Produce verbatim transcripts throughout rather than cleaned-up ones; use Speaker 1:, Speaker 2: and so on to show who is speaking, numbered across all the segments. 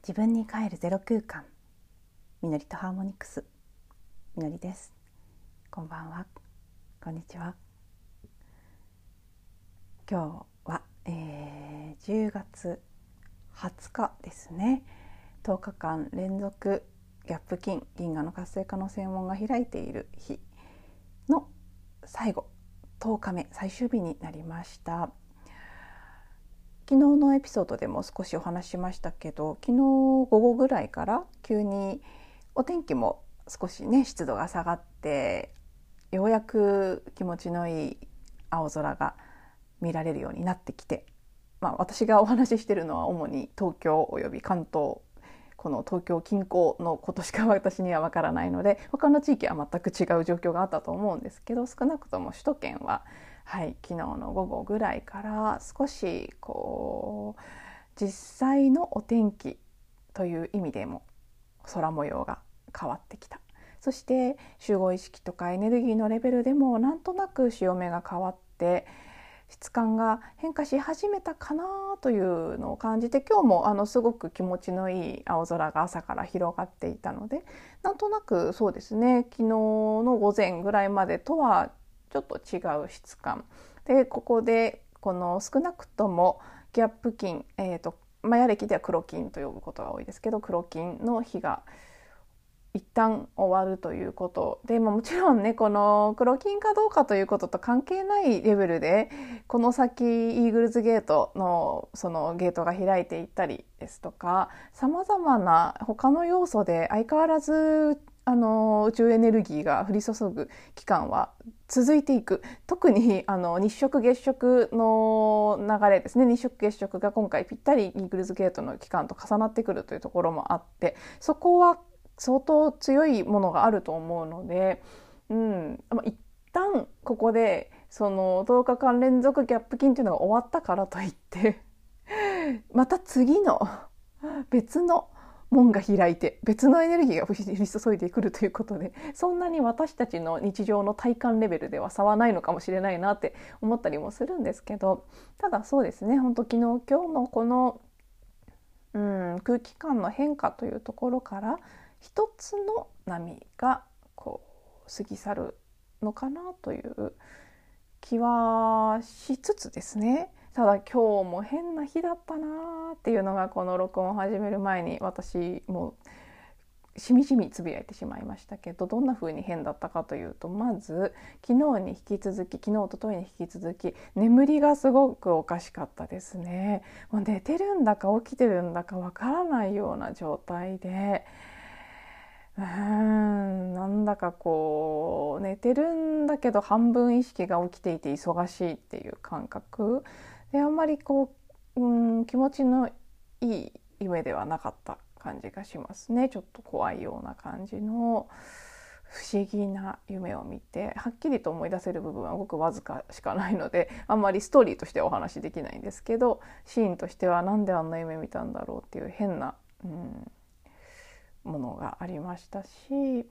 Speaker 1: 自分に帰るゼロ空間、みのりとハーモニクス、みのりです。こんばんは、こんにちは。今日は、えー、じゅうがつはつかですね。とおかかん連続ギャップ筋、銀河の活性化の専門が開いている日の最後、とおかめ、最終日になりました。昨日のエピソードでも少しお話ししましたけど、昨日午後ぐらいから急にお天気も少しね湿度が下がって、ようやく気持ちのいい青空が見られるようになってきて、まあ、私がお話ししているのは主に東京および関東、この東京近郊のことしか私にはわからないので、他の地域は全く違う状況があったと思うんですけど、少なくとも首都圏ははい、昨日の午後ぐらいから少しこう実際のお天気という意味でも空模様が変わってきた。そして集合意識とかエネルギーのレベルでもなんとなく潮目が変わって質感が変化し始めたかなというのを感じて、今日もあのすごく気持ちのいい青空が朝から広がっていたので、なんとなくそうですね、昨日の午前ぐらいまでとはちょっと違う質感で、ここでこの少なくともギャップ筋、えーと、マヤ暦では黒金と呼ぶことが多いですけど、黒金の日が一旦終わるということで、まあ、もちろんね、この黒金かどうかということと関係ないレベルで、この先イーグルズゲートのそのゲートが開いていったりですとか、さまざまな他の要素で相変わらずあの宇宙エネルギーが降り注ぐ期間は続いていく。特にあの日食月食の流れですね、日食月食が今回ぴったりイーグルズゲートの期間と重なってくるというところもあって、そこは相当強いものがあると思うので、うん、一旦ここでそのとおかかん連続ギャップ筋というのが終わったからといってまた次の別の門が開いて別のエネルギーが降り注いでくるということで、そんなに私たちの日常の体感レベルでは差はないのかもしれないなって思ったりもするんですけど、ただそうですね、本当昨日今日のこの、うん、空気感の変化というところから一つの波がこう過ぎ去るのかなという気はしつつですね。ただ今日も変な日だったなっていうのが、この録音を始める前に私もしみじみつぶやいてしまいましたけど、どんな風に変だったかというと、まず昨日に引き続き昨日一昨日に引き続き眠りがすごくおかしかったですね。もう寝てるんだか起きてるんだかわからないような状態で、うーんなんだかこう寝てるんだけど半分意識が起きていて忙しいっていう感覚で、あんまりこう、うん、気持ちのいい夢ではなかった感じがしますね。ちょっと怖いような感じの不思議な夢を見て、はっきりと思い出せる部分はごくわずかしかないので、あんまりストーリーとしてはお話できないんですけど、シーンとしてはなんであんな夢見たんだろうっていう変な、うんものがありましたし、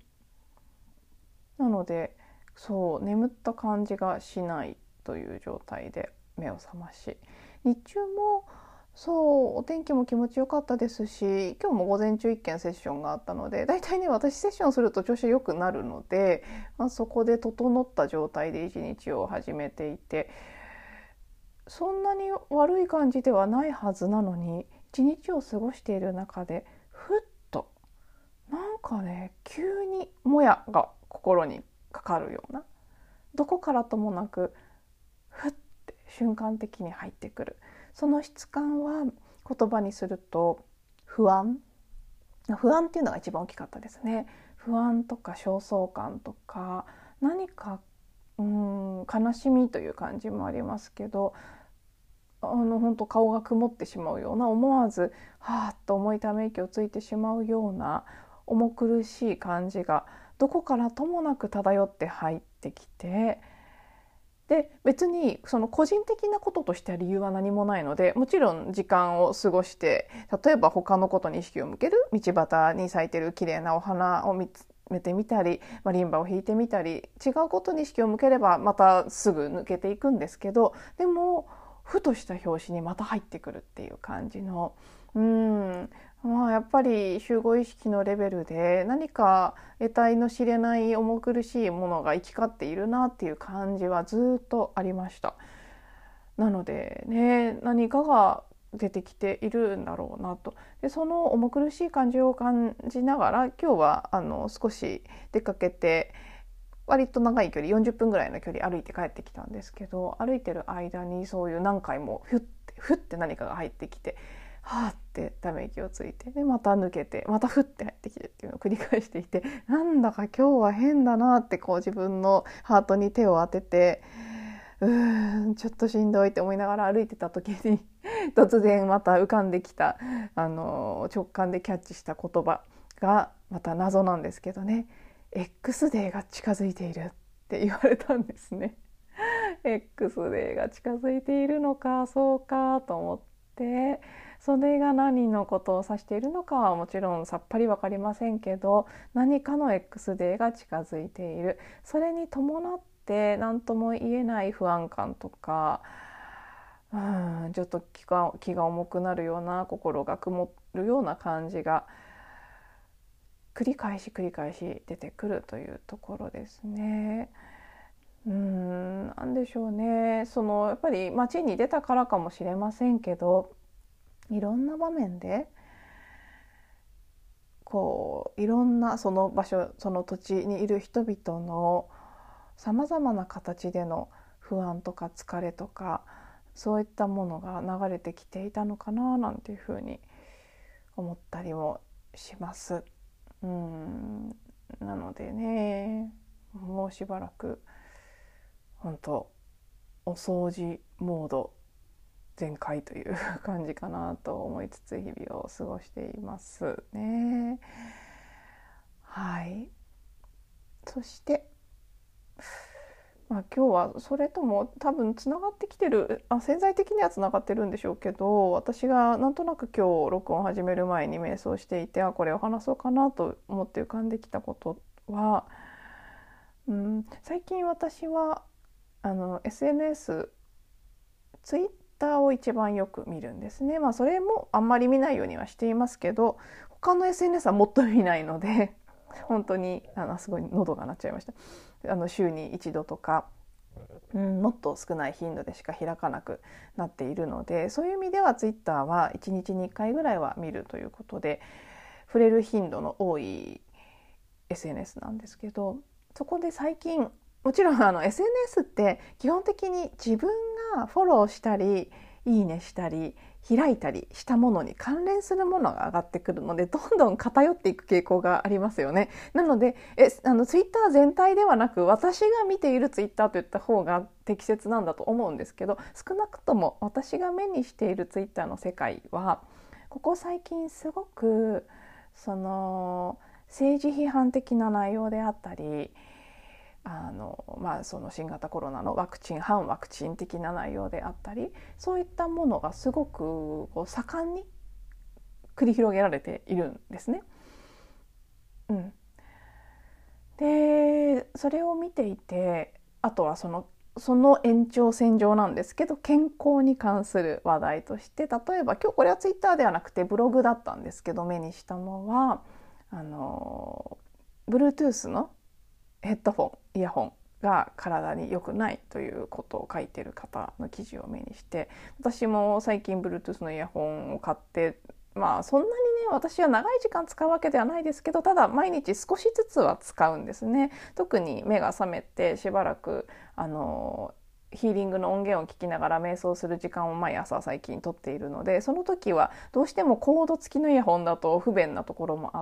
Speaker 1: なのでそう眠った感じがしないという状態で目を覚まし、日中もそうお天気も気持ちよかったですし、今日も午前中一件セッションがあったので、だいたいね私セッションすると調子良くなるので、まあ、そこで整った状態で一日を始めていて、そんなに悪い感じではないはずなのに、一日を過ごしている中でふっなんかね、急にもやが心にかかるような、どこからともなくふって瞬間的に入ってくる、その質感は言葉にすると不安不安っていうのが一番大きかったですね。不安とか焦燥感とか、何かうーん悲しみという感じもありますけど、あの本当顔が曇ってしまうような、思わずはーっと重いため息をついてしまうような重苦しい感じがどこからともなく漂って入ってきて、で別にその個人的なこととしては理由は何もないので、もちろん時間を過ごして、例えば他のことに意識を向ける、道端に咲いてる綺麗なお花を見つめてみたり、マリンバを弾いてみたり、違うことに意識を向ければまたすぐ抜けていくんですけど、でもふとした拍子にまた入ってくるっていう感じの、うーんまあ、やっぱり集合意識のレベルで何か得体の知れない重苦しいものが行き交っているなっていう感じはずっとありました。なのでね、何かが出てきているんだろうなと。でその重苦しい感じを感じながら今日はあの少し出かけて、割と長い距離よんじゅっぷんぐらいの距離歩いて帰ってきたんですけど、歩いてる間にそういう何回もフッてフッて何かが入ってきて、はーってため息をついて、でまた抜けてまたフッて入ってきてっていうのを繰り返していて、なんだか今日は変だなってこう自分のハートに手を当てて、うーんちょっとしんどいって思いながら歩いてた時に突然また浮かんできた、あの直感でキャッチした言葉がまた謎なんですけどね、 X デーが近づいているって言われたんですね。X デーが近づいているのか、そうかと思って、それが何のことを指しているのかはもちろんさっぱり分かりませんけど、何かの X デーが近づいている、それに伴って何とも言えない不安感とか、うんちょっと気が、気が重くなるような、心が曇るような感じが繰り返し繰り返し出てくるというところですね。うーんなんでしょうね、そのやっぱり街に出たからかもしれませんけど、いろんな場面でこういろんなその場所その土地にいる人々のさまざまな形での不安とか疲れとか、そういったものが流れてきていたのかななんていうふうに思ったりもします。うーんなのでね、もうしばらく本当お掃除モード全開という感じかなと思いつつ日々を過ごしていますね。はい。そして、まあ、今日はそれとも多分つながってきてる、あ潜在的にはつながってるんでしょうけど、私がなんとなく今日録音を始める前に瞑想していて、あこれを話そうかなと思って浮かんできたことは、うん、最近私はあの エスエヌエス ツイッターを一番よく見るんですね。まあそれもあんまり見ないようにはしていますけど、他の エスエヌエス はもっと見ないので本当にあのすごい喉が鳴っちゃいました。あの週に一度とか、うん、もっと少ない頻度でしか開かなくなっているので、そういう意味ではツイッターはいちにちにいっかいぐらいは見るということで、触れる頻度の多い エスエヌエス なんですけど、そこで最近もちろんあの エスエヌエス って基本的に自分がフォローしたりいいねしたり開いたりしたものに関連するものが上がってくるので、どんどん偏っていく傾向がありますよね。なのでえあのツイッター全体ではなく、私が見ているツイッターといった方が適切なんだと思うんですけど、少なくとも私が目にしているツイッターの世界はここ最近すごくその政治批判的な内容であったり、あのまあ、その新型コロナのワクチン反ワクチン的な内容であったり、そういったものがすごくこう盛んに繰り広げられているんですね。うん、でそれを見ていて、あとはそのその延長線上なんですけど、健康に関する話題として、例えば今日これはツイッターではなくてブログだったんですけど、目にしたのはあの Bluetooth のヘッドフォンイヤホンが体に良くないということを書いている方の記事を目にして、私も最近 Bluetooth のイヤホンを買って、まあそんなにね私は長い時間使うわけではないですけど、ただ毎日少しずつは使うんですね。特に目が覚めてしばらくあのヒーリングの音源を聞きながら瞑想する時間を毎朝最近とっているので、その時はどうしてもコード付きのイヤホンだと不便なところもあって、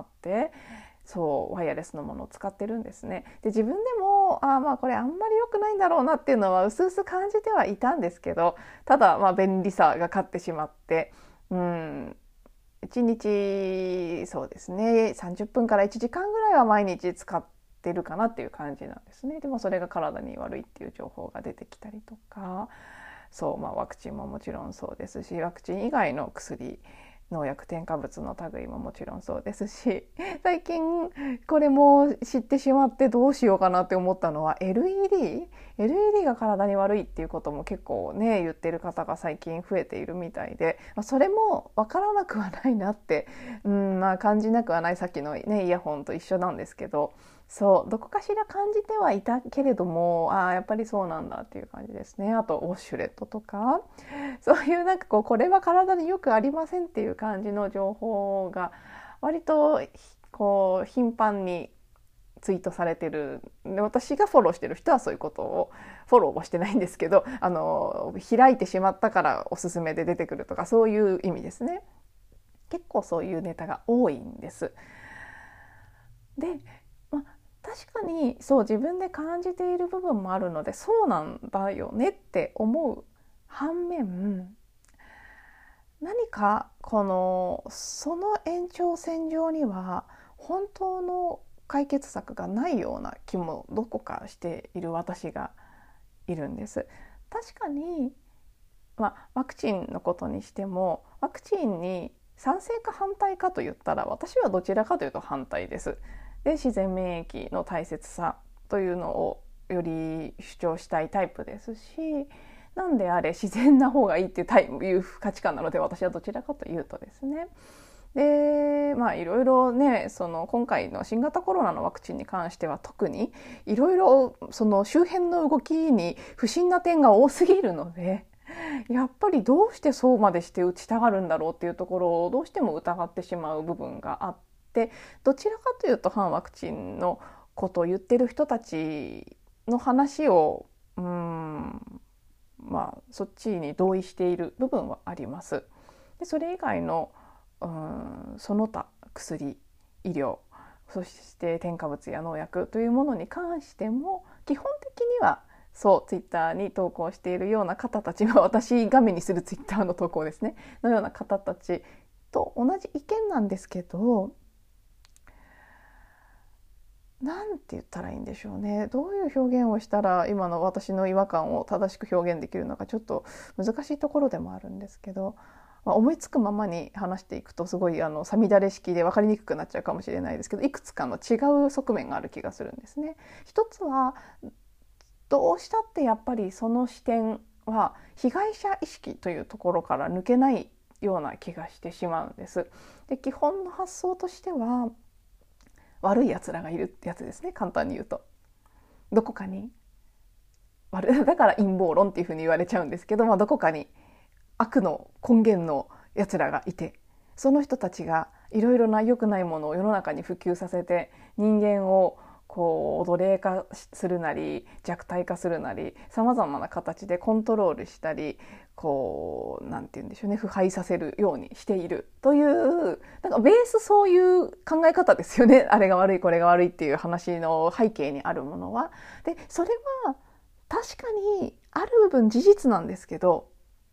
Speaker 1: そうワイヤレスのものを使ってるんですね。で自分でもあまあこれあんまり良くないんだろうなっていうのはうすうす感じてはいたんですけど、ただまあ便利さが勝ってしまって、うんいちにちそうですねさんじゅっぷんからいちじかんぐらいは毎日使ってるかなっていう感じなんですね。でもそれが体に悪いっていう情報が出てきたりとか、そう、まあ、ワクチンももちろんそうですし、ワクチン以外の薬農薬添加物の類ももちろんそうですし、最近これも知ってしまってどうしようかなって思ったのは エルイーディー？ エルイーディー が体に悪いっていうことも結構ね言ってる方が最近増えているみたいで、まあ、それも分からなくはないなって、うんまあ、感じなくはない。さっきの、ね、イヤホンと一緒なんですけど、そうどこかしら感じてはいたけれども、あやっぱりそうなんだっていう感じですね。あとウォシュレットとかそういうなんかこうこれは体によくありませんっていう感じの情報が割とこう頻繁にツイートされてる。で私がフォローしてる人はそういうことをフォローはしてないんですけど、あの開いてしまったからおすすめで出てくるとかそういう意味ですね。結構そういうネタが多いんです。で、まあ、確かにそう自分で感じている部分もあるのでそうなんだよねって思う反面、何かこのその延長線上には本当の解決策がないような気もどこかしている私がいるんです。確かに、まあ、ワクチンのことにしてもワクチンに賛成か反対かと言ったら私はどちらかというと反対です。で自然免疫の大切さというのをより主張したいタイプですし、なんであれ自然な方がいいっていうタイプいう価値観なので、私はどちらかというとですね。でまあいろいろね、その今回の新型コロナのワクチンに関しては特にいろいろその周辺の動きに不審な点が多すぎるので、やっぱりどうしてそうまでして打ちたがるんだろうっていうところをどうしても疑ってしまう部分があって、どちらかというと反ワクチンのことを言ってる人たちの話をうーんまあそっちに同意している部分はあります。でそれ以外のうんその他薬、医療、そして添加物や農薬というものに関しても基本的にはそうツイッターに投稿しているような方たちは、私が目にするツイッターの投稿ですねのような方たちと同じ意見なんですけど、なんて言ったらいいんでしょうね。どういう表現をしたら今の私の違和感を正しく表現できるのかちょっと難しいところでもあるんですけど、まあ、思いつくままに話していくとすごいあのさみだれ式で分かりにくくなっちゃうかもしれないですけど、いくつかの違う側面がある気がするんですね。一つはどうしたってやっぱりその視点は被害者意識というところから抜けないような気がしてしまうんです。で基本の発想としては悪いやつらがいるってやつですね。簡単に言うとどこかに悪だから陰謀論っていうふうに言われちゃうんですけど、まあ、どこかに悪の根源のやつらがいて、その人たちがいろいろな良くないものを世の中に普及させて人間をこう奴隷化するなり弱体化するなりさまざまな形でコントロールしたり、こうなんて言うんでしょうね、腐敗させるようにしているという、なんかベースそういう考え方ですよね。あれが悪いこれが悪いっていう話の背景にあるものは。でそれは確かにある部分事実なんですけど、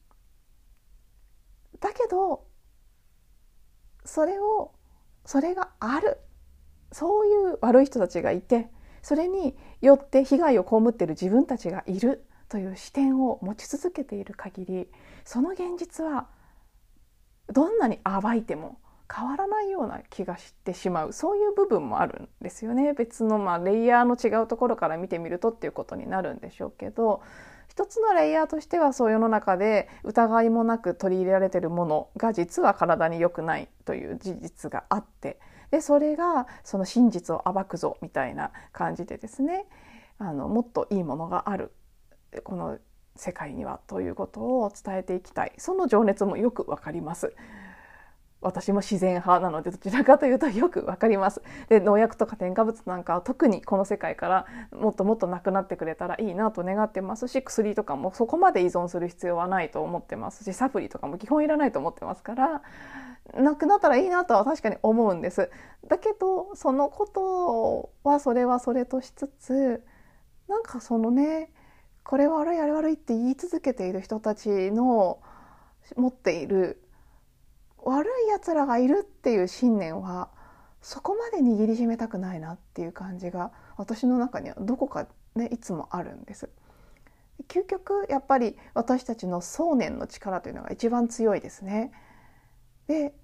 Speaker 1: だけどそれをそれがある、そういう悪い人たちがいて、それによって被害を被っている自分たちがいるという視点を持ち続けている限り、その現実はどんなに暴いても変わらないような気がしてしまう、そういう部分もあるんですよね。別のまあレイヤーの違うところから見てみるとっていうことになるんでしょうけど、一つのレイヤーとしてはそう世の中で疑いもなく取り入れられているものが実は体に良くないという事実があって、でそれがその真実を暴くぞみたいな感じでですね、あのもっといいものがあるこの世界にはということを伝えていきたい。その情熱もよくわかります。私も自然派なのでどちらかというとよくわかります。で農薬とか添加物なんかは特にこの世界からもっともっとなくなってくれたらいいなと願ってますし、薬とかもそこまで依存する必要はないと思ってますし、サプリとかも基本いらないと思ってますから、なくなったらいいなとは確かに思うんです。だけどそのことはそれはそれとしつつ、なんかそのね、これ悪いあれ悪いって言い続けている人たちの持っている悪いやつらがいるっていう信念はそこまで握りしめたくないなっていう感じが私の中にはどこかねいつもあるんです。究極やっぱり私たちの想念の力というのが一番強いですね。で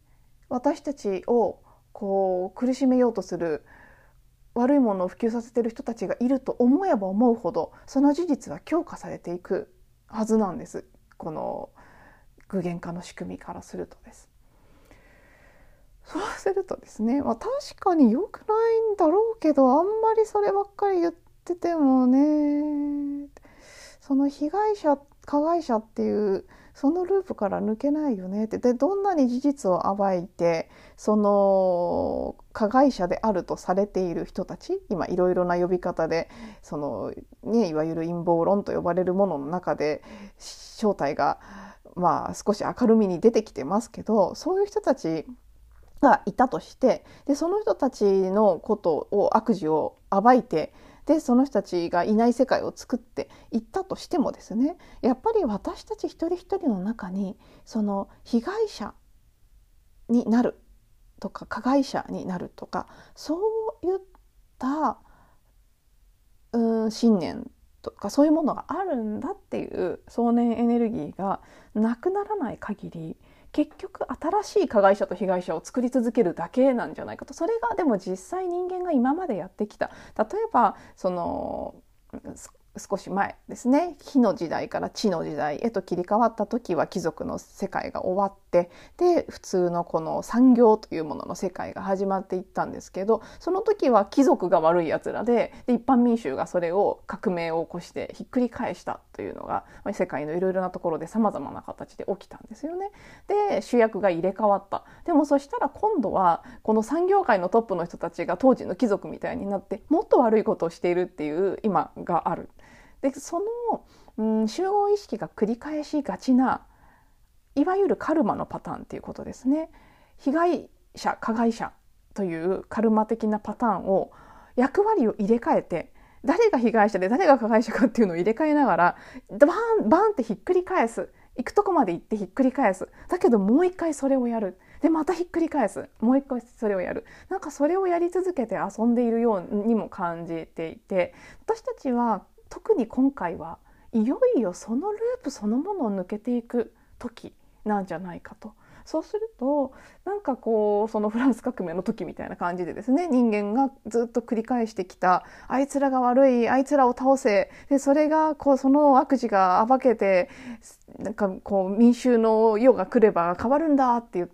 Speaker 1: 私たちをこう苦しめようとする悪いものを普及させている人たちがいると思えば思うほど、その事実は強化されていくはずなんです。この具現化の仕組みからするとです。そうするとですね、まあ、確かに良くないんだろうけど、あんまりそればっかり言っててもね、その被害者加害者っていうそのループから抜けないよねって。で、どんなに事実を暴いてその加害者であるとされている人たち、今いろいろな呼び方でその、ね、いわゆる陰謀論と呼ばれるものの中で正体がまあ少し明るみに出てきてますけど、そういう人たちがいたとして、でその人たちのことを悪事を暴いて、でその人たちがいない世界を作っていったとしてもですね、やっぱり私たち一人一人の中にその被害者になるとか加害者になるとか、そういったうん信念とかそういうものがあるんだっていう想念エネルギーがなくならない限り、結局新しい加害者と被害者を作り続けるだけなんじゃないかと。それがでも実際人間が今までやってきた、例えばその少し前ですね、火の時代から地の時代へと切り替わった時は貴族の世界が終わって、で普通のこの産業というものの世界が始まっていったんですけど、その時は貴族が悪いやつら で, で一般民衆がそれを革命を起こしてひっくり返したというのが世界のいろいろなところでさまざまな形で起きたんですよね。で主役が入れ替わった。でもそしたら今度はこの産業界のトップの人たちが当時の貴族みたいになってもっと悪いことをしているっていう今がある。でその、うん、集合意識が繰り返しがちないわゆるカルマのパターンっていうことですね。被害者加害者というカルマ的なパターンを役割を入れ替えて、誰が被害者で誰が加害者かっていうのを入れ替えながらバーンバーンってひっくり返す。行くとこまで行ってひっくり返す。だけどもう一回それをやる。でまたひっくり返す。もう一回それをやる。なんかそれをやり続けて遊んでいるようにも感じていて、私たちは特に今回はいよいよそのループそのものを抜けていく時なんじゃないかと。そうするとなんかこうそのフランス革命の時みたいな感じでですね、人間がずっと繰り返してきたあいつらが悪い、あいつらを倒せ、でそれがこうその悪事が暴けてなんかこう民衆の世が来れば変わるんだって言って、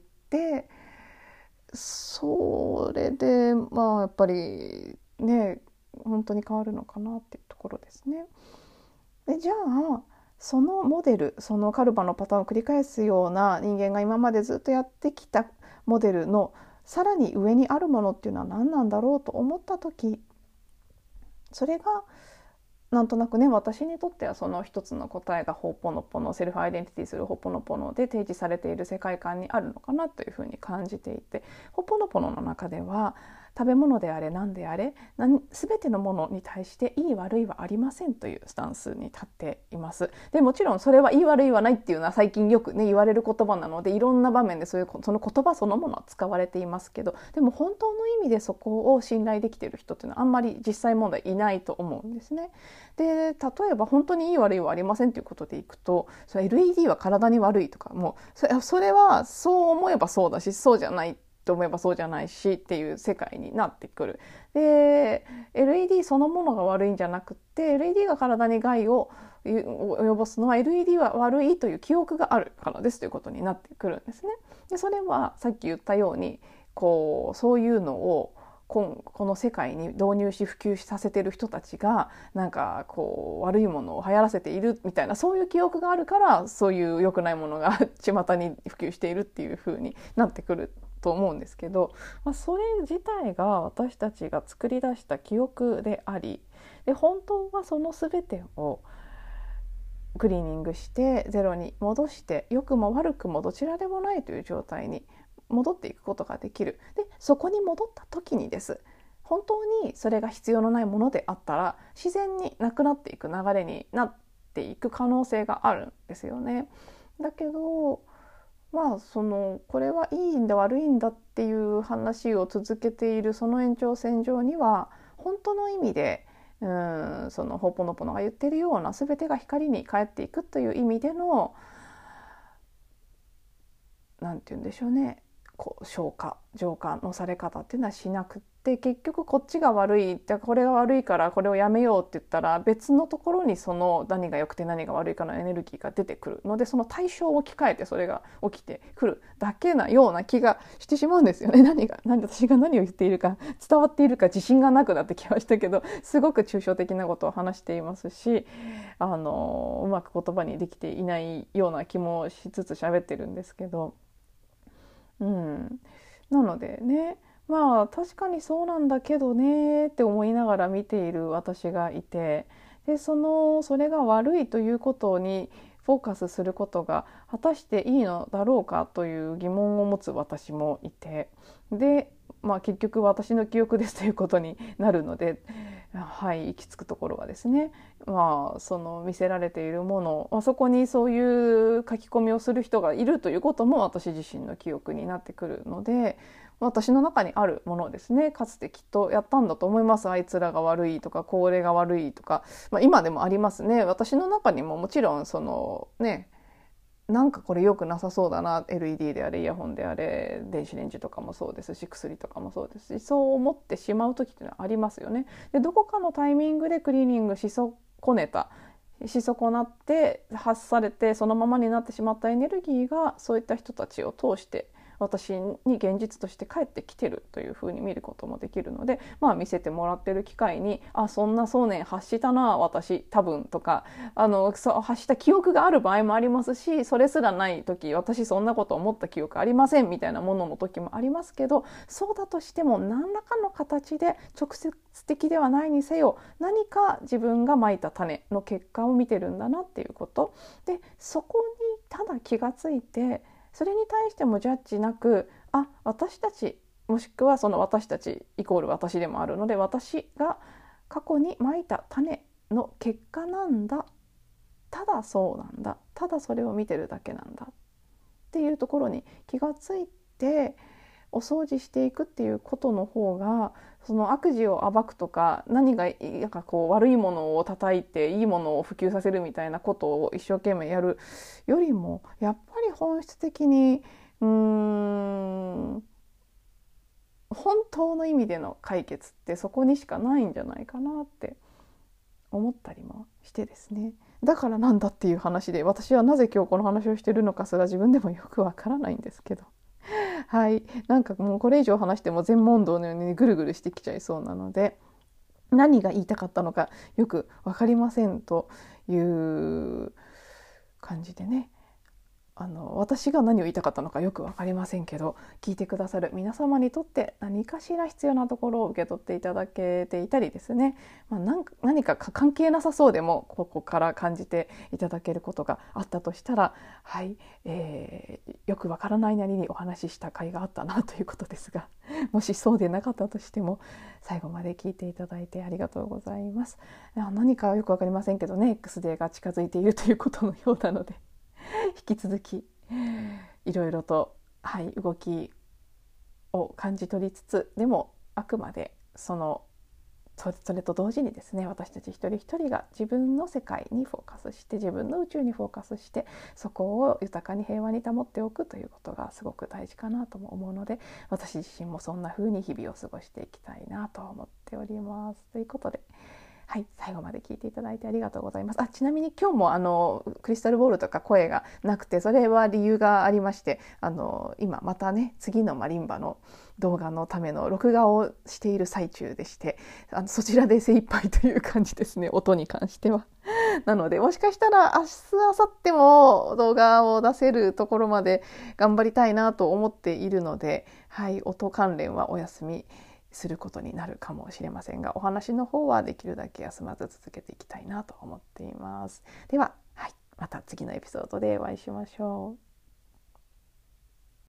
Speaker 1: それでまあやっぱりね本当に変わるのかなっていうところですね。でじゃあそのモデル、そのカルマのパターンを繰り返すような人間が今までずっとやってきたモデルのさらに上にあるものっていうのは何なんだろうと思った時、それがなんとなくね、私にとってはその一つの答えがホーポノポノ、セルフアイデンティティするホーポノポノで提示されている世界観にあるのかなというふうに感じていて、ホーポノポノの中では食べ物であれ何であれ全てのものに対していい悪いはありませんというスタンスに立っています。でもちろんそれはいい悪いはないっていうのは最近よくね言われる言葉なので、いろんな場面でそういうその言葉そのものは使われていますけど、でも本当の意味でそこを信頼できている人っていうのはあんまり実際問題いないと思うんですね。で例えば本当にいい悪いはありませんということでいくと、それ エルイーディー は体に悪いとか、もうそれ、それはそう思えばそうだし、そうじゃないと思えばそうじゃないしっていう世界になってくる。で エルイーディー そのものが悪いんじゃなくって、 エルイーディー が体に害を及ぼすのは エルイーディー は悪いという記憶があるからですということになってくるんですね。でそれはさっき言ったようにこうそういうのをこの世界に導入し普及させている人たちがなんかこう悪いものを流行らせているみたいな、そういう記憶があるから、そういう良くないものが巷に普及しているっていう風になってくると思うんですけど、まあ、それ自体が私たちが作り出した記憶であり、で本当はその全てをクリーニングしてゼロに戻して、良くも悪くもどちらでもないという状態に戻っていくことができる。でそこに戻った時にです、本当にそれが必要のないものであったら自然になくなっていく流れになっていく可能性があるんですよね。だけどまあそのこれはいいんだ悪いんだっていう話を続けているその延長線上には、本当の意味でうんそのホーポノポノが言っているような全てが光に帰っていくという意味でのなんて言うんでしょうね、 こう消化浄化のされ方っていうのはしなくって、結局こっちが悪い、じゃあこれが悪いからこれをやめようって言ったら、別のところにその何が良くて何が悪いかのエネルギーが出てくるので、その対象を置き換えてそれが起きてくるだけなような気がしてしまうんですよね。何が何で私が何を言っているか伝わっているか自信がなくなってきましたけど、すごく抽象的なことを話していますし、あのうまく言葉にできていないような気もしつつ喋ってるんですけど、うん、なのでね、まあ確かにそうなんだけどねって思いながら見ている私がいて、でそのそれが悪いということにフォーカスすることが果たしていいのだろうかという疑問を持つ私もいて、で、まあ、結局私の記憶ですということになるので、はい、行き着くところはですね、まあ、その見せられているもの、まあ、そこにそういう書き込みをする人がいるということも私自身の記憶になってくるので、私の中にあるものですね、かつてきっとやったんだと思います。あいつらが悪いとかこれが悪いとか、まあ、今でもありますね。私の中にももちろんそのね、なんかこれ良くなさそうだな、 エルイーディー であれイヤホンであれ電子レンジとかもそうですし、薬とかもそうですし、そう思ってしまう時っていうのはありますよね。でどこかのタイミングでクリーニングし損ねたし損なって発されて、そのままになってしまったエネルギーがそういった人たちを通して私に現実として帰ってきてるというふうに見ることもできるので、まあ見せてもらってる機会に、あ、そんな想念発したな私多分とか、あのそう発した記憶がある場合もありますし、それすらない時、私そんなこと思った記憶ありませんみたいなものの時もありますけど、そうだとしても何らかの形で直接的ではないにせよ、何か自分がまいた種の結果を見てるんだなっていうことで、そこにただ気がついて、それに対してもジャッジなく、あ、私たち、もしくはその私たちイコール私でもあるので、私が過去にまいた種の結果なんだ、ただそうなんだ、ただそれを見てるだけなんだっていうところに気がついて、お掃除していくっていうことの方が、その悪事を暴くとか、何がなんかこう悪いものを叩いていいものを普及させるみたいなことを一生懸命やるよりも、やっぱり本質的にうーん本当の意味での解決ってそこにしかないんじゃないかなって思ったりもしてですね。だからなんだっていう話で、私はなぜ今日この話をしてるのかすら自分でもよくわからないんですけど、はい、なんかもうこれ以上話しても全問答のようにぐるぐるしてきちゃいそうなので、何が言いたかったのかよく分かりませんという感じでね、あの私が何を言いたかったのかよく分かりませんけど、聞いてくださる皆様にとって何かしら必要なところを受け取っていただけていたりですね、まあ、何か何か関係なさそうでもここから感じていただけることがあったとしたら、はい、えー、よく分からないなりにお話しした甲斐があったなということですが、もしそうでなかったとしても最後まで聞いていただいてありがとうございます。何かよく分かりませんけどね、 X デーが近づいているということのようなので引き続きいろいろと、はい、動きを感じ取りつつ、でもあくまでそのそれと同時にですね、私たち一人一人が自分の世界にフォーカスして、自分の宇宙にフォーカスして、そこを豊かに平和に保っておくということがすごく大事かなとも思うので、私自身もそんな風に日々を過ごしていきたいなと思っております。ということで、はい、最後まで聞いていただいてありがとうございます。あ、ちなみに今日もあのクリスタルボールとか声がなくて、それは理由がありまして、あの今またね、次のマリンバの動画のための録画をしている最中でして、あのそちらで精一杯という感じですね、音に関しては。なのでもしかしたら明日明後日も動画を出せるところまで頑張りたいなと思っているので、はい、音関連はお休みすることになるかもしれませんが、お話の方はできるだけ休まず続けていきたいなと思っています。では、はい、また次のエピソードでお会いしましょう。